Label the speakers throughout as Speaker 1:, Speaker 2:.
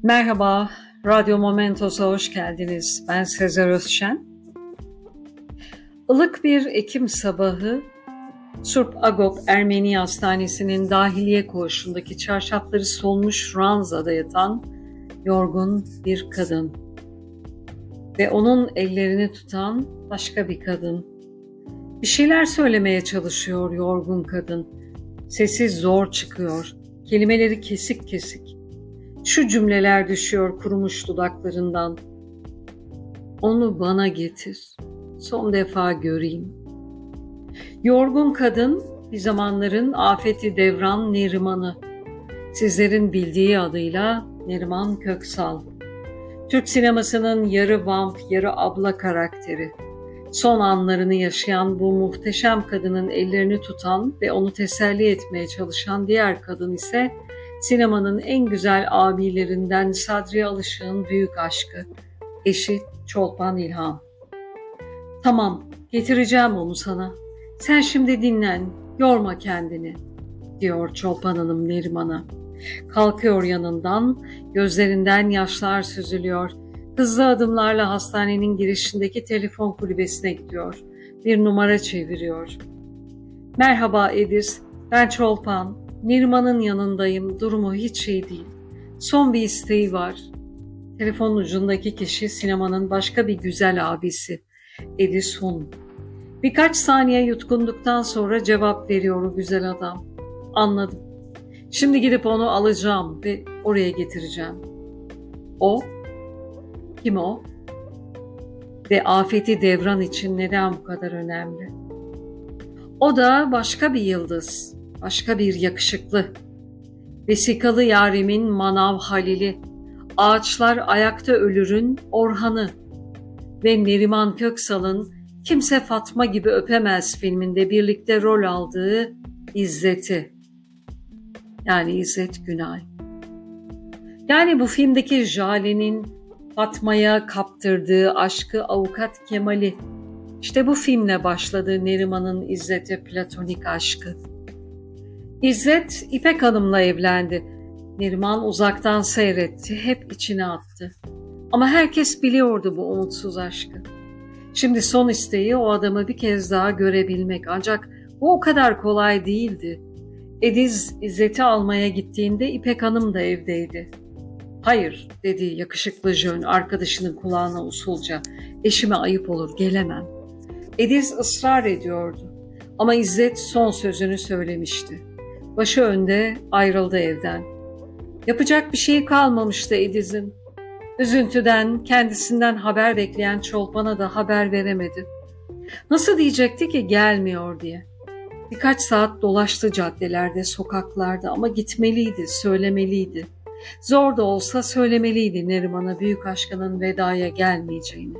Speaker 1: Merhaba, Radyo Momentos'a hoş geldiniz. Ben Sezer Özşen. Ilık bir Ekim sabahı, Surp Agop Ermeni Hastanesi'nin dahiliye koğuşundaki çarşafları solmuş ranzada yatan yorgun bir kadın ve onun ellerini tutan başka bir kadın. Bir şeyler söylemeye çalışıyor yorgun kadın. Sesi zor çıkıyor, kelimeleri kesik kesik. Şu cümleler düşüyor kurumuş dudaklarından. Onu bana getir, son defa göreyim. Yorgun kadın bir zamanların afeti devran Neriman'ı. Sizlerin bildiği adıyla Neriman Köksal. Türk sinemasının yarı vamp, yarı abla karakteri. Son anlarını yaşayan bu muhteşem kadının ellerini tutan ve onu teselli etmeye çalışan diğer kadın ise sinemanın en güzel abilerinden Sadri Alışık'ın büyük aşkı, eşi Çolpan İlhan. Tamam, getireceğim onu sana. Sen şimdi dinlen, yorma kendini, diyor Çolpan Hanım Neriman'a. Kalkıyor yanından, gözlerinden yaşlar süzülüyor. Hızlı adımlarla hastanenin girişindeki telefon kulübesine gidiyor. Bir numara çeviriyor. Merhaba Ediz, ben Çolpan. Neriman'ın yanındayım, durumu hiç iyi değil. Son bir isteği var. Telefonun ucundaki kişi sinemanın başka bir güzel abisi, Ediz Hun. Birkaç saniye yutkunduktan sonra cevap veriyor o güzel adam. Anladım. Şimdi gidip onu alacağım ve oraya getireceğim. O? Kim o? Ve afeti devran için neden bu kadar önemli? O da başka bir yıldız, başka bir yakışıklı. Vesikalı yarimin manav Halil'i, ağaçlar ayakta ölürün Orhan'ı ve Neriman Köksal'ın Kimse Fatma gibi öpemez filminde birlikte rol aldığı İzzet'i. Yani İzzet Günay. Yani bu filmdeki Jale'nin Fatma'ya kaptırdığı aşkı avukat Kemal'i. İşte bu filmle başladı Neriman'ın İzzet'e platonik aşkı. İzzet İpek Hanım'la evlendi. Neriman uzaktan seyretti, hep içine attı. Ama herkes biliyordu bu umutsuz aşkı. Şimdi son isteği o adamı bir kez daha görebilmek. Ancak bu o kadar kolay değildi. Ediz İzzet'i almaya gittiğinde İpek Hanım da evdeydi. Hayır, dedi yakışıklı jön arkadaşının kulağına usulca. Eşime ayıp olur, gelemem. Ediz ısrar ediyordu. Ama İzzet son sözünü söylemişti. Başı önde ayrıldı evden. Yapacak bir şey kalmamıştı Ediz'in. Üzüntüden, kendisinden haber bekleyen Çolpan'a da haber veremedi. Nasıl diyecekti ki gelmiyor diye. Birkaç saat dolaştı caddelerde, sokaklarda ama gitmeliydi, söylemeliydi. Zor da olsa söylemeliydi Neriman'a büyük aşkının vedaya gelmeyeceğini.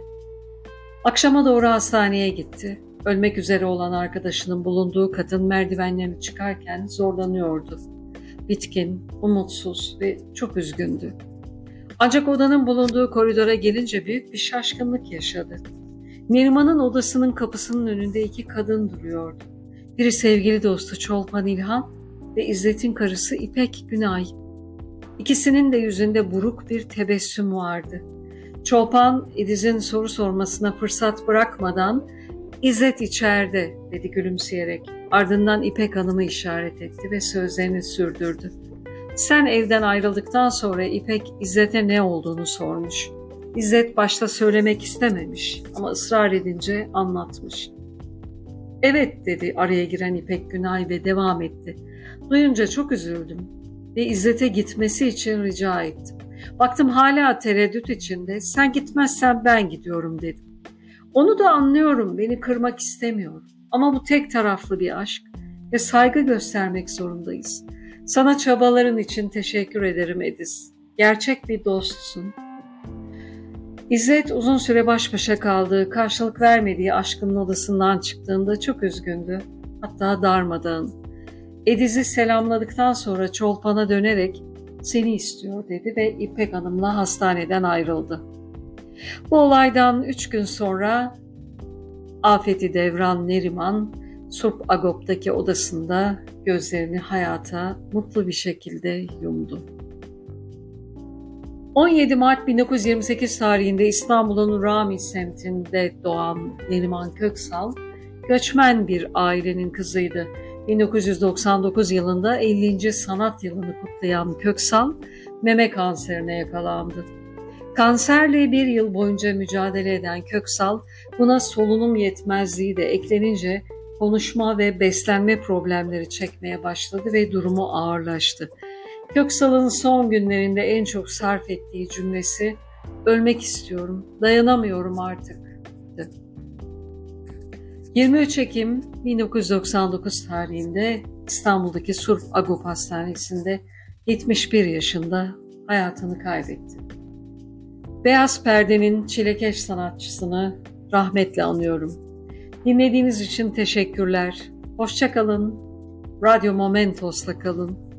Speaker 1: Akşama doğru hastaneye gitti. Ölmek üzere olan arkadaşının bulunduğu kadın merdivenlerini çıkarken zorlanıyordu. Bitkin, umutsuz ve çok üzgündü. Ancak odanın bulunduğu koridora gelince büyük bir şaşkınlık yaşadı. Neriman'ın odasının kapısının önünde iki kadın duruyordu. Biri sevgili dostu Çolpan İlhan ve İzzet'in karısı İpek Günay. İkisinin de yüzünde buruk bir tebessüm vardı. Çolpan Ediz'in soru sormasına fırsat bırakmadan İzzet içeride dedi gülümseyerek. Ardından İpek Hanım'ı işaret etti ve sözlerini sürdürdü. Sen evden ayrıldıktan sonra İpek İzzet'e ne olduğunu sormuş. İzzet başta söylemek istememiş ama ısrar edince anlatmış. Evet dedi araya giren İpek Günay ve devam etti. Duyunca çok üzüldüm ve İzzet'e gitmesi için rica ettim. Baktım hala tereddüt içinde, sen gitmezsen ben gidiyorum dedim. Onu da anlıyorum, beni kırmak istemiyor. Ama bu tek taraflı bir aşk ve saygı göstermek zorundayız. Sana çabaların için teşekkür ederim Ediz. Gerçek bir dostsun. İzzet uzun süre baş başa kaldığı, karşılık vermediği aşkının odasından çıktığında çok üzgündü. Hatta darmadağın. Ediz'i selamladıktan sonra Çolpan'a dönerek seni istiyor dedi ve İpek Hanım'la hastaneden ayrıldı. Bu olaydan 3 gün sonra afeti devran Neriman Surp Agop'taki odasında gözlerini hayata mutlu bir şekilde yumdu. 17 Mart 1928 tarihinde İstanbul'un Rami semtinde doğan Neriman Köksal, göçmen bir ailenin kızıydı. 1999 yılında 50. sanat yılını kutlayan Köksal, meme kanserine yakalandı. Kanserle bir yıl boyunca mücadele eden Köksal, buna solunum yetmezliği de eklenince konuşma ve beslenme problemleri çekmeye başladı ve durumu ağırlaştı. Köksal'ın son günlerinde en çok sarf ettiği cümlesi, "Ölmek istiyorum, dayanamıyorum artık"'tı. 23 Ekim 1999 tarihinde İstanbul'daki Surp Agop Hastanesi'nde 71 yaşında hayatını kaybetti. Beyaz Perde'nin çilekeş sanatçısını rahmetle anıyorum. Dinlediğiniz için teşekkürler. Hoşça kalın. Radyo Momentos'la kalın.